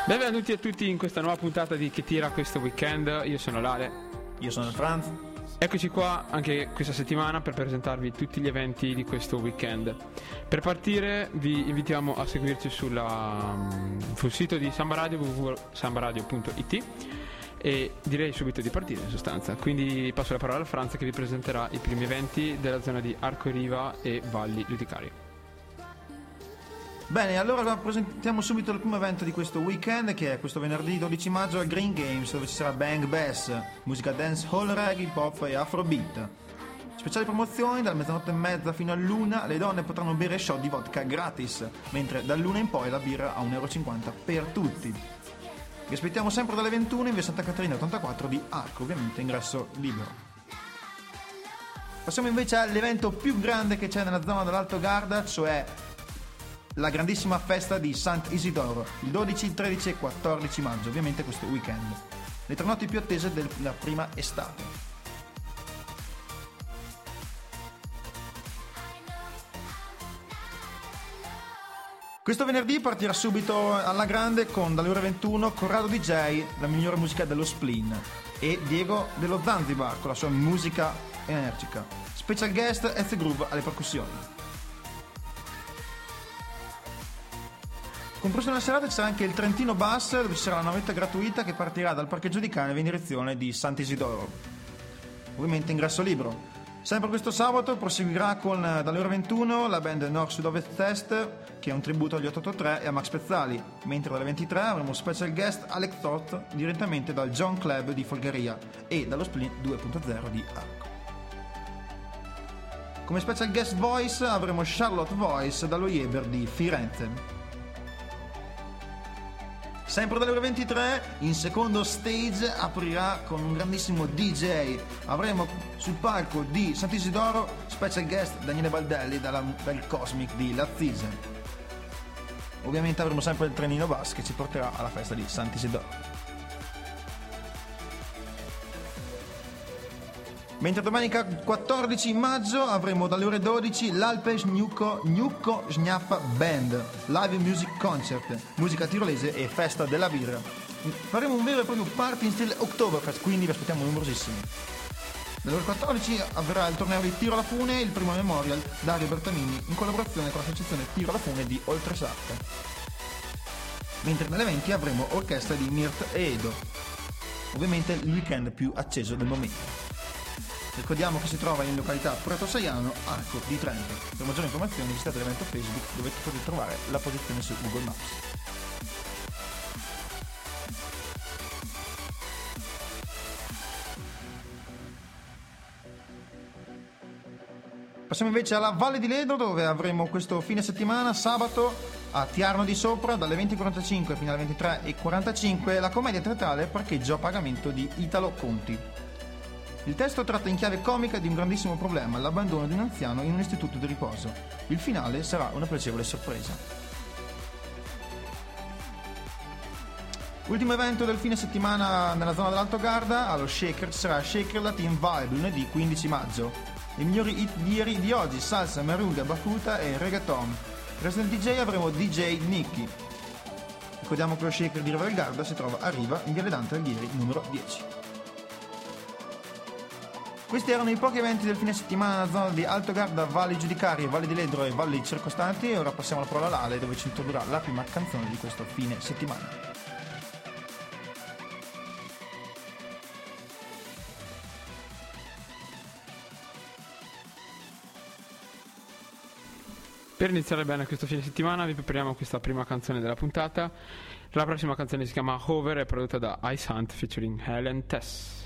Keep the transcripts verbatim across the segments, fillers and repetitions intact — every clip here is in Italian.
Benvenuti a tutti in questa nuova puntata di Che tira questo weekend. Io sono Lale. Io sono il Franz. Eccoci qua anche questa settimana per presentarvi tutti gli eventi di questo weekend. Per partire vi invitiamo a seguirci sulla, sul sito di Samba Radio, w w w punto sambaradio punto i t, e direi subito di partire in sostanza. Quindi passo la parola a Franz che vi presenterà i primi eventi della zona di Arco Riva e Valli Giudicarie. Bene, allora presentiamo subito il primo evento di questo weekend, che è questo venerdì dodici maggio al Green Games, dove ci sarà Bang Bass, musica dance hall, reggae, pop e afrobeat. Speciali promozioni: dal mezzanotte e mezza fino all'una le donne potranno bere shot di vodka gratis, mentre dall'una in poi la birra a un euro e cinquanta per tutti. Vi aspettiamo sempre dalle ventuno in via Santa Caterina ottantaquattro di Arco, ovviamente ingresso libero. Passiamo invece all'evento più grande che c'è nella zona dell'Alto Garda, cioè la grandissima festa di Sant'Isidoro, il dodici, tredici e quattordici maggio, ovviamente questo weekend. Le tre notti più attese della prima estate. Questo venerdì partirà subito alla grande con dalle ore ventuno Corrado D J, la migliore musica dello Spleen, e Diego dello Zanzibar con la sua musica energica. Special guest Ez Groove alle percussioni. Compreso nella serata c'è anche il Trentino Bus, dove ci sarà una navetta gratuita che partirà dal parcheggio di Caneve in direzione di Sant'Isidoro. Ovviamente ingresso libero. Sempre questo sabato proseguirà con dalle ore ventuno la band Nord Sud Ovest Test, che è un tributo agli otto otto tre e a Max Pezzali, mentre dalle ventitré avremo special guest Alex Toth direttamente dal John Club di Folgheria e dallo Spleen due punto zero di Arco. Come special guest voice avremo Charlotte Voice dallo Jeber di Firenze. Sempre dalle ore ventitré, in secondo stage aprirà con un grandissimo D J. Avremo sul palco di Sant'Isidoro special guest Daniele Baldelli dalla, dal Cosmic di Lazzise. Ovviamente avremo sempre il Trenino Bus che ci porterà alla festa di Sant'Isidoro. Mentre domenica quattordici maggio avremo dalle ore dodici l'Alpes Gnucco Gnucco Schnappa Band, live music concert, musica tirolese e festa della birra. Faremo un vero e proprio party in stile Oktoberfest, quindi vi aspettiamo numerosissimi. Dalle ore quattordici avverrà il torneo di Tiro alla Fune, il primo memorial Dario Bertamini in collaborazione con l'associazione Tiro alla Fune di Oltresacca. Mentre nelle venti avremo orchestra di Mirt e Edo. Ovviamente il weekend più acceso del momento. Ricordiamo che si trova in località Prato Saiano, Arco di Trento. Per maggiori informazioni visitate l'evento Facebook, dove potete trovare la posizione su Google Maps. Passiamo invece alla Valle di Ledro, dove avremo questo fine settimana, sabato, a Tiarno di Sopra, dalle venti e quarantacinque fino alle ventitré e quarantacinque, la commedia teatrale Parcheggio a pagamento di Italo Conti. Il testo tratta in chiave comica di un grandissimo problema, l'abbandono di un anziano in un istituto di riposo. Il finale sarà una piacevole sorpresa. Ultimo evento del fine settimana nella zona dell'Alto Garda, allo Shaker sarà Shaker Latin Vibe, lunedì quindici maggio. I migliori hit di ieri di oggi: salsa, merunga, battuta e reggaeton. Resident D J avremo D J Nicky. Ricordiamo che lo Shaker di Riva del Garda si trova a Riva, in Viale Dante Alighieri numero dieci. Questi erano i pochi eventi del fine settimana nella zona di Alto Garda, Valli Giudicarie, Valli di Ledro e Valli circostanti, e ora passiamo alla parola a Lale, dove ci introdurrà la prima canzone di questo fine settimana. Per iniziare bene questo fine settimana vi prepariamo questa prima canzone della puntata. La prossima canzone si chiama Hover, è prodotta da Ice Hunt featuring Helen Tess.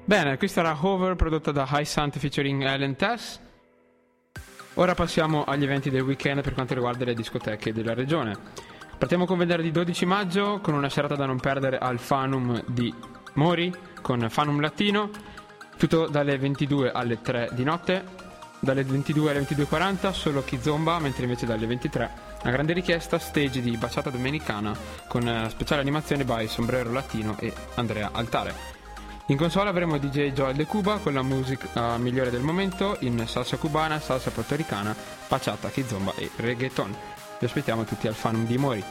Bene, questa era Hover, prodotta da High Sant featuring Ellen Tess. Ora passiamo agli eventi del weekend per quanto riguarda le discoteche della regione. Partiamo con venerdì dodici maggio con una serata da non perdere al Fanum di Mori con Fanum Latino, tutto dalle ventidue alle tre di notte. Dalle ventidue alle ventidue e quaranta solo Kizomba, mentre invece dalle ventitré una grande richiesta stage di Baciata Domenicana con speciale animazione by Sombrero Latino e Andrea Altare. In console avremo D J Joel De Cuba con la musica migliore del momento in salsa cubana, salsa portoricana, bachata, kizomba e reggaeton. Vi aspettiamo tutti al Fanum di Mori.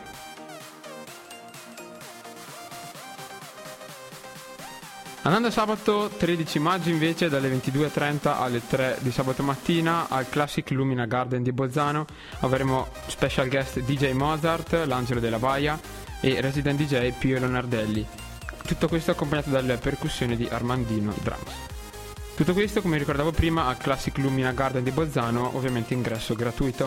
Andando a sabato tredici maggio invece dalle ventidue e trenta alle tre di sabato mattina al Classic Lumina Garden di Bolzano avremo special guest D J Mozart, l'Angelo della Baia e resident D J Pio Leonardelli. Tutto questo accompagnato dalle percussioni di Armandino Drums. Tutto questo, come ricordavo prima, al Classic Lumina Garden di Bolzano, ovviamente ingresso gratuito.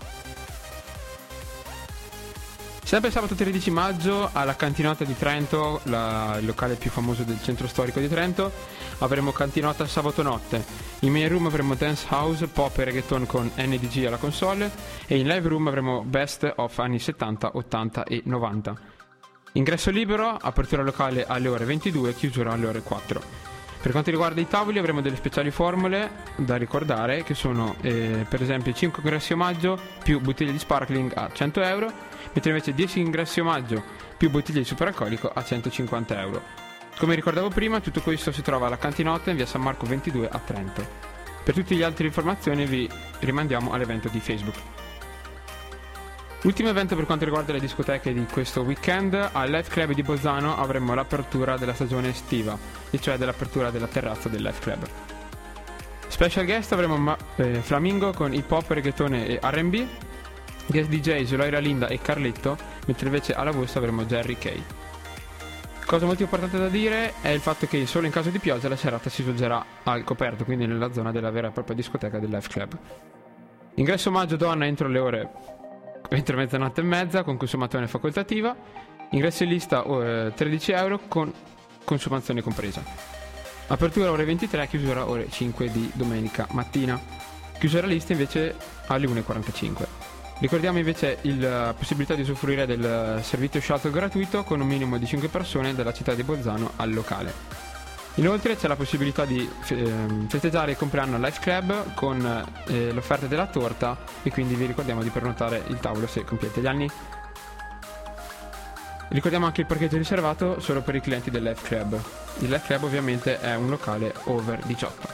Sempre sabato tredici maggio alla Cantinota di Trento, la, il locale più famoso del centro storico di Trento, avremo Cantinota sabato notte. In main room avremo Dance House, Pop e Reggaeton con N D G alla console e in live room avremo Best of anni settanta, ottanta e novanta. Ingresso libero, apertura locale alle ore ventidue, chiusura alle ore quattro. Per quanto riguarda i tavoli avremo delle speciali formule da ricordare che sono eh, per esempio cinque ingressi omaggio più bottiglie di sparkling a cento euro, mentre invece dieci ingressi omaggio più bottiglie di superalcolico a centocinquanta euro. Come ricordavo prima, tutto questo si trova alla Cantinota in via San Marco ventidue a Trento. Per tutte le altre informazioni vi rimandiamo all'evento di Facebook. Ultimo evento per quanto riguarda le discoteche di questo weekend, al Life Club di Bolzano avremo l'apertura della stagione estiva, e cioè dell'apertura della terrazza del Life Club. Special guest avremo Ma- eh, Flamingo con hip hop, reggaeton e R and B, guest D J Eloira Linda e Carletto, mentre invece alla voce avremo Jerry Kay. Cosa molto importante da dire è il fatto che solo in caso di pioggia la serata si svolgerà al coperto, quindi nella zona della vera e propria discoteca del Life Club. Ingresso omaggio donna entro le ore entro mezzanotte e mezza con consumazione facoltativa, ingresso in lista eh, tredici euro con consumazione compresa. Apertura ore ventitré, chiusura ore cinque di domenica mattina. Chiusura lista invece alle una e quarantacinque. Ricordiamo invece la possibilità di usufruire del servizio shuttle gratuito con un minimo di cinque persone dalla città di Bolzano al locale. Inoltre c'è la possibilità di eh, festeggiare il compleanno al Life Club con eh, l'offerta della torta e quindi vi ricordiamo di prenotare il tavolo se compiete gli anni. Ricordiamo anche il parcheggio riservato solo per i clienti del Life Club. Il Life Club ovviamente è un locale over diciotto.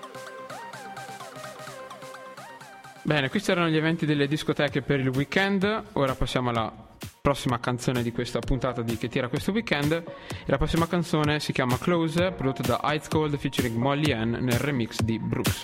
Bene, questi erano gli eventi delle discoteche per il weekend. Ora passiamo alla prossima canzone di questa puntata di Che tira questo weekend, e la prossima canzone si chiama Close, prodotta da Ice Cold featuring Molly Ann nel remix di Brooks.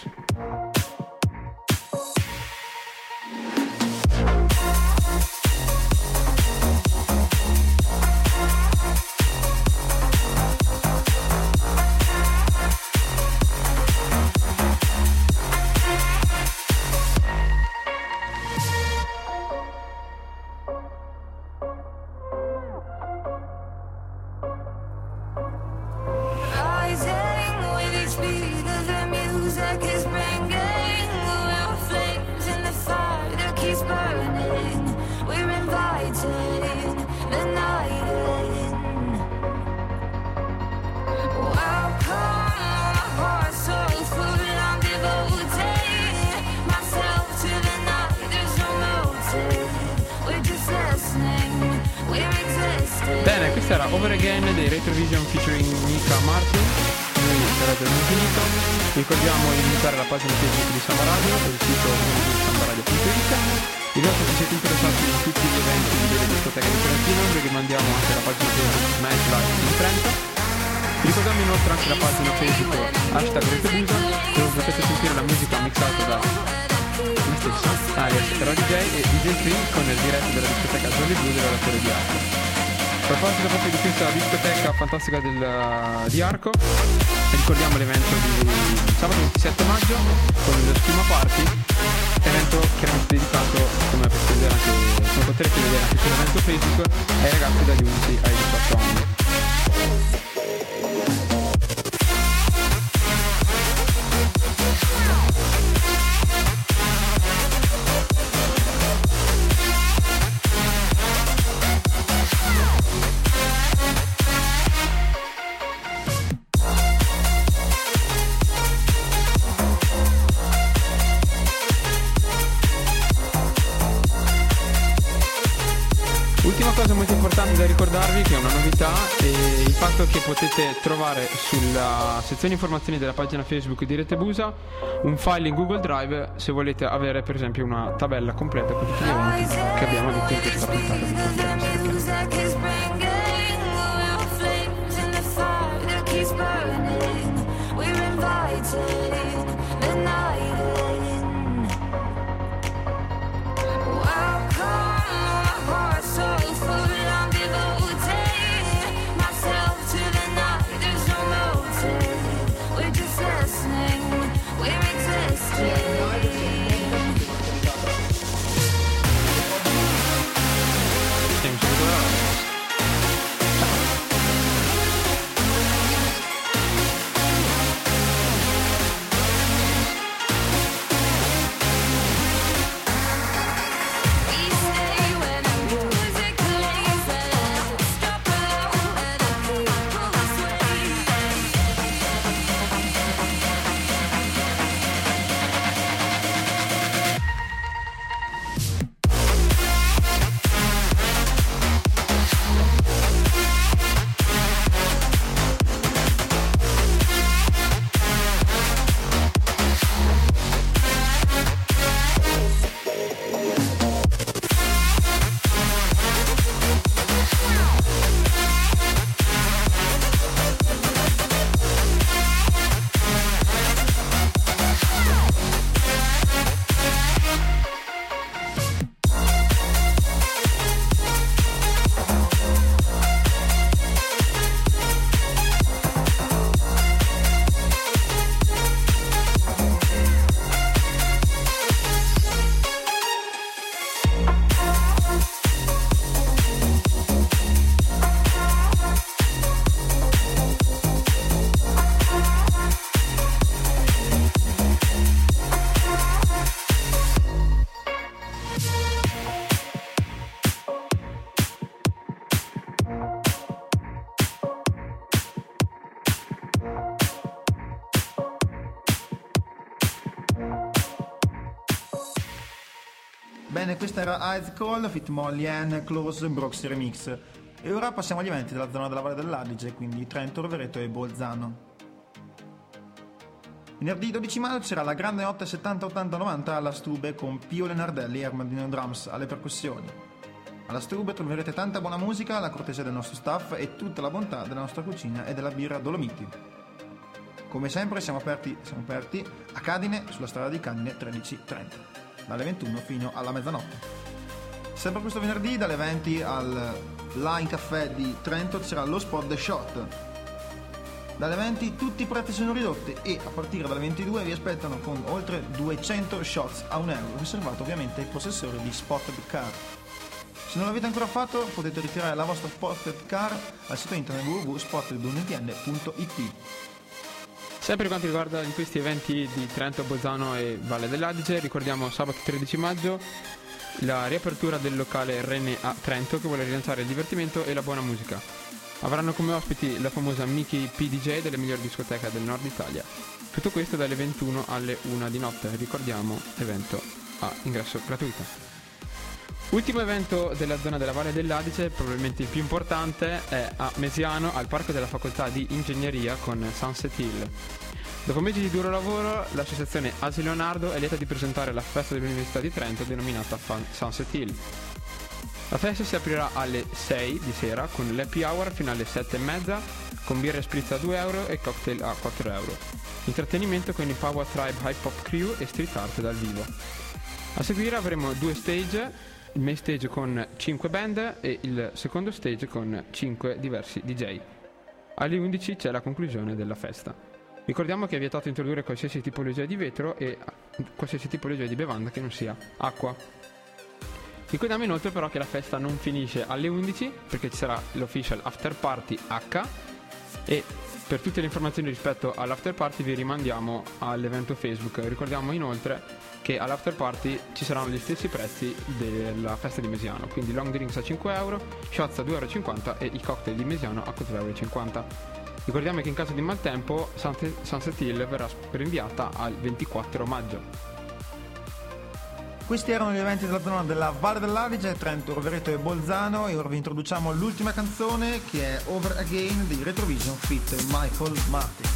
Bene, questa era Over Again dei Retrovision featuring Mika Martin. Noi sarebbe infinito. Ricordiamo di visitare la pagina Facebook di Samba Radio e il sito sambaradio punto it. Inoltre, se siete interessati in tutti gli eventi delle discoteche di Trentino, vi rimandiamo anche la pagina Facebook Night Life in Trento. Vi ricordiamo inoltre anche la pagina Facebook hashtag Retrovision, dove potete sentire la musica mixata da me stesso, alias Radio D J e D J Free, con il diretto della discoteca Jolly Blue della Torre di Arco. A proposito proprio di questa discoteca fantastica del, di Arco, ricordiamo l'evento di sabato ventisette maggio con lo Schema Party, evento chiaramente dedicato, come potete vedere anche, come potrete vedere anche sull'evento Facebook, ai ragazzi dagli undici ai diciotto anni. Ultima cosa molto importante da ricordarvi, che è una novità, è il fatto che potete trovare sulla sezione informazioni della pagina Facebook di Rete Busa un file in Google Drive se volete avere per esempio una tabella completa con tutti gli eventi che abbiamo detto in questa puntata di podcast. Bene, questa era Eyes Call, Fit Molly Ann, Close, Broxy Remix. E ora passiamo agli eventi della zona della Valle dell'Adige, quindi Trento, Rovereto e Bolzano. Venerdì dodici maggio c'era la grande notte settanta ottanta novanta alla Strube con Pio Lenardelli e Armandino Drums alle percussioni. Alla Strube troverete tanta buona musica, la cortesia del nostro staff e tutta la bontà della nostra cucina e della birra Dolomiti. Come sempre siamo aperti, siamo aperti a Cadine, sulla strada di Cadine tredici trenta, dalle ventuno fino alla mezzanotte. Sempre questo venerdì dalle venti al Line Caffè di Trento c'era lo spot The Shot. Dalle venti tutti i prezzi sono ridotti e a partire dalle ventidue vi aspettano con oltre duecento shots a un euro, riservato ovviamente ai possessori di Spotted Car. Se non l'avete ancora fatto potete ritirare la vostra Spotted Car al sito internet w w w punto spotted n t n punto i t. Sempre per quanto riguarda in questi eventi di Trento, Bolzano e Valle dell'Adige, ricordiamo sabato tredici maggio la riapertura del locale René a Trento, che vuole rilanciare il divertimento e la buona musica. Avranno come ospiti la famosa Mickey P D J delle migliori discoteche del nord Italia. Tutto questo dalle ventuno alle una di notte, ricordiamo, evento a ingresso gratuito. Ultimo evento della zona della Valle dell'Adige, probabilmente il più importante, è a Mesiano, al Parco della Facoltà di Ingegneria con Sunset Hill. Dopo mesi di duro lavoro, l'associazione Asi Leonardo è lieta di presentare la festa dell'Università di Trento denominata Sunset Hill. La festa si aprirà alle sei di sera con l'happy hour fino alle sette e mezza, con birra e spritz a due euro e cocktail a quattro euro. Intrattenimento con il Power Tribe Hype Hop Crew e street art dal vivo. A seguire avremo due stage, il main stage con cinque band e il secondo stage con cinque diversi D J. Alle undici c'è la conclusione della festa. Ricordiamo che è vietato introdurre qualsiasi tipologia di vetro e qualsiasi tipologia di bevanda che non sia acqua. Ricordiamo inoltre però che la festa non finisce alle undici, perché ci sarà l'official after party H, e per tutte le informazioni rispetto all'after party vi rimandiamo all'evento Facebook. Ricordiamo inoltre che all'after party ci saranno gli stessi prezzi della festa di Mesiano, quindi long drinks a cinque euro, shots a due euro e cinquanta e i cocktail di Mesiano a quattro euro e cinquanta. Ricordiamo che in caso di maltempo Sunset Hill verrà rinviata al ventiquattro maggio. Questi erano gli eventi della zona della Valle dell'Adige, Trento, Rovereto e Bolzano, e ora vi introduciamo l'ultima canzone che è Over Again di Retrovision feat. Michael Martin.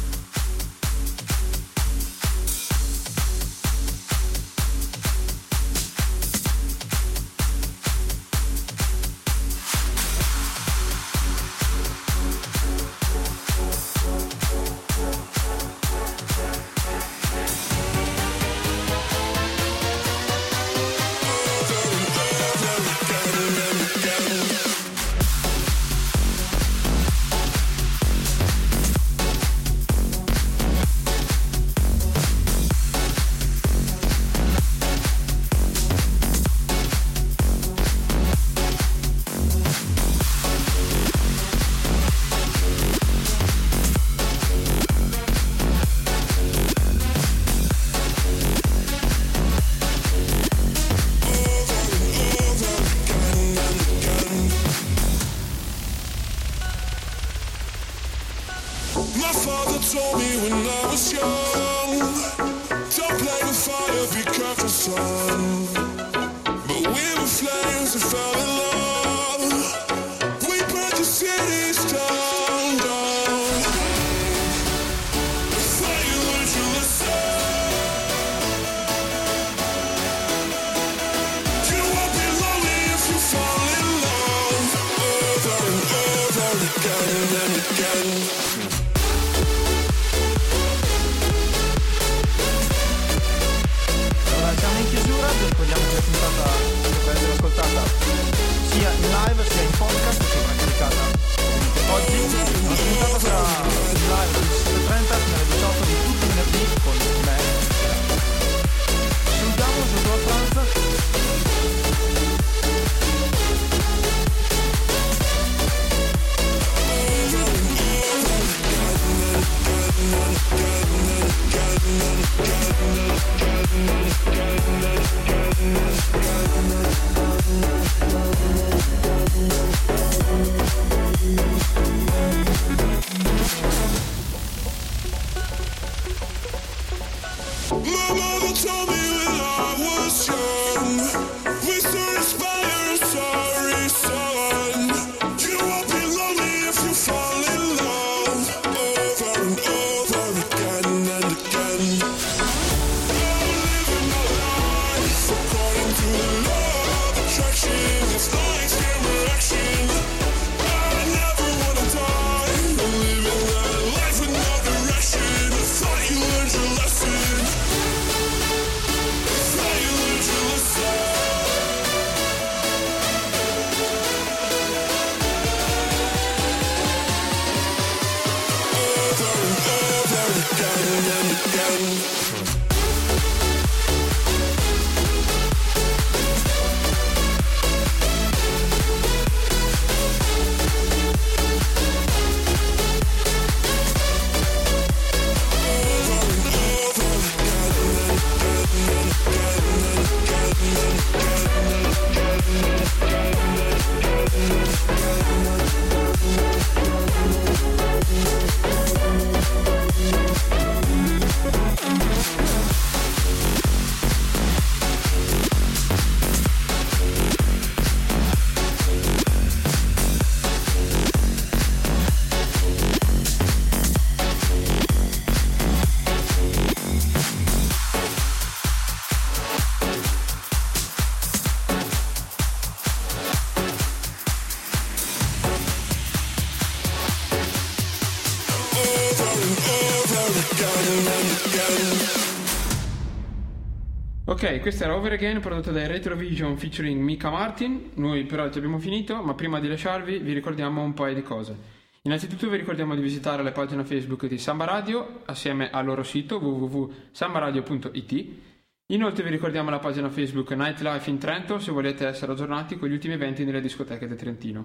Ok, questa era Over Again, prodotta dai Retrovision featuring Mika Martin. Noi per oggi abbiamo finito, ma prima di lasciarvi vi ricordiamo un paio di cose. Innanzitutto vi ricordiamo di visitare la pagina Facebook di Samba Radio assieme al loro sito w w w punto sambaradio punto i t. Inoltre vi ricordiamo la pagina Facebook Nightlife in Trento se volete essere aggiornati con gli ultimi eventi nelle discoteche del Trentino.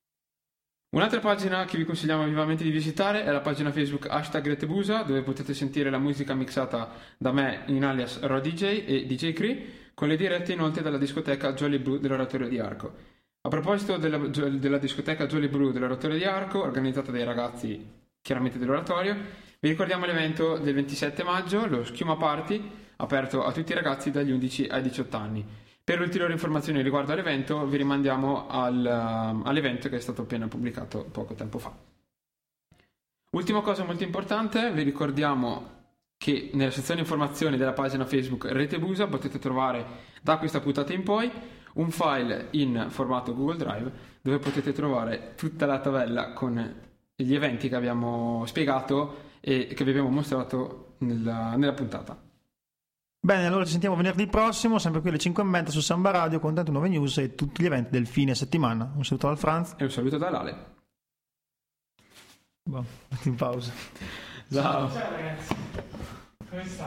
Un'altra pagina che vi consigliamo vivamente di visitare è la pagina Facebook hashtag Retebusa, dove potete sentire la musica mixata da me in alias Raw D J e D J Cree, con le dirette inoltre dalla discoteca Jolly Brew dell'Oratorio di Arco. A proposito della, della discoteca Jolly Brew dell'Oratorio di Arco, organizzata dai ragazzi chiaramente dell'Oratorio, vi ricordiamo l'evento del ventisette maggio, lo Schiuma Party, aperto a tutti i ragazzi dagli undici ai diciotto anni. Per ulteriori informazioni riguardo all'evento vi rimandiamo al, all'evento che è stato appena pubblicato poco tempo fa. Ultima cosa molto importante, vi ricordiamo che nella sezione informazioni della pagina Facebook Rete Busa potete trovare da questa puntata in poi un file in formato Google Drive dove potete trovare tutta la tabella con gli eventi che abbiamo spiegato e che vi abbiamo mostrato nella, nella puntata. Bene, allora ci sentiamo venerdì prossimo, sempre qui alle cinque e mezza su Samba Radio con tante nuove news e tutti gli eventi del fine settimana. Un saluto dal Franz e un saluto da Lale. Boh, in pausa. Ciao. Ciao ragazzi. Come stai?